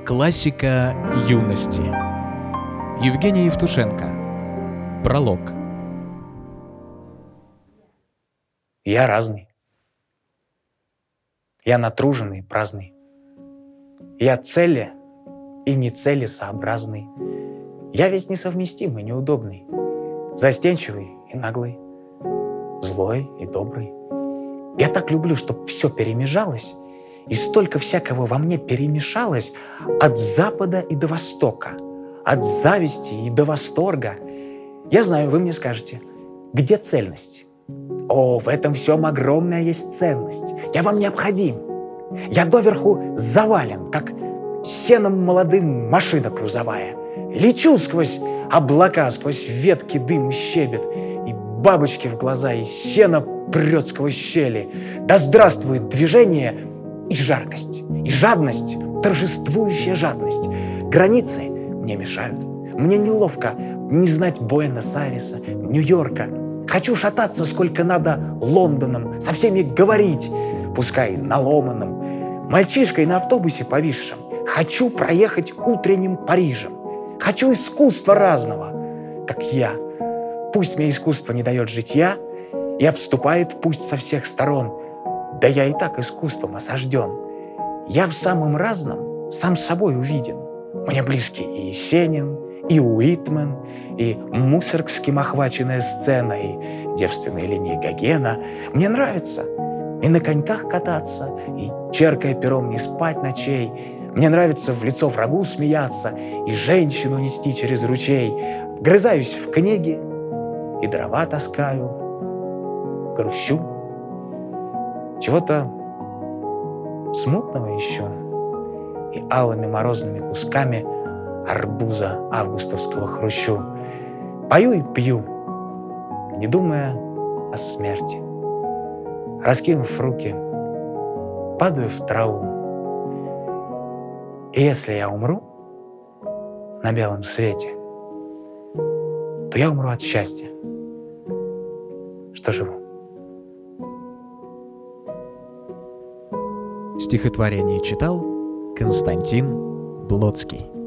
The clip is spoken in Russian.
Классика юности. Евгений Евтушенко. Пролог. Я разный. Я натруженный и праздный. Я цели и нецелесообразный. Я весь несовместимый, неудобный, застенчивый и наглый, злой и добрый. Я так люблю, чтоб все перемежалось, и столько всякого во мне перемешалось от запада и до востока, от зависти и до восторга. Я знаю, вы мне скажете, где цельность? О, в этом всем огромная есть ценность. Я вам необходим. Я доверху завален, как сеном молодым машина грузовая. Лечу сквозь облака, сквозь ветки дым и щебет, и бабочки в глаза, и сено прет сквозь щели. Да здравствует движение и жаркость, и жадность, торжествующая жадность. Границы мне мешают. Мне неловко не знать Буэнос-Айреса, Нью-Йорка. Хочу шататься сколько надо Лондоном, со всеми говорить, пускай на ломаном, мальчишкой на автобусе повисшем. Хочу проехать утренним Парижем. Хочу искусства разного, как я. Пусть мне искусство не дает житья и обступает пусть со всех сторон. Да я и так искусством осажден. Я в самом разном сам собой увиден. Мне близки и Есенин, и Уитмен, и Мусоргским охваченная сцена, и девственные линии Гогена. Мне нравится и на коньках кататься, и, черкая пером, не спать ночей. Мне нравится в лицо врагу смеяться и женщину нести через ручей. Вгрызаюсь в книги и дрова таскаю, грущу. Чего-то смутного еще и алыми морозными кусками арбуза августовского хрущу. Пою и пью, не думая о смерти. Раскинув руки, падаю в траву. И если я умру на белом свете, то я умру от счастья, что живу. Стихотворение читал Константин Блоцкий.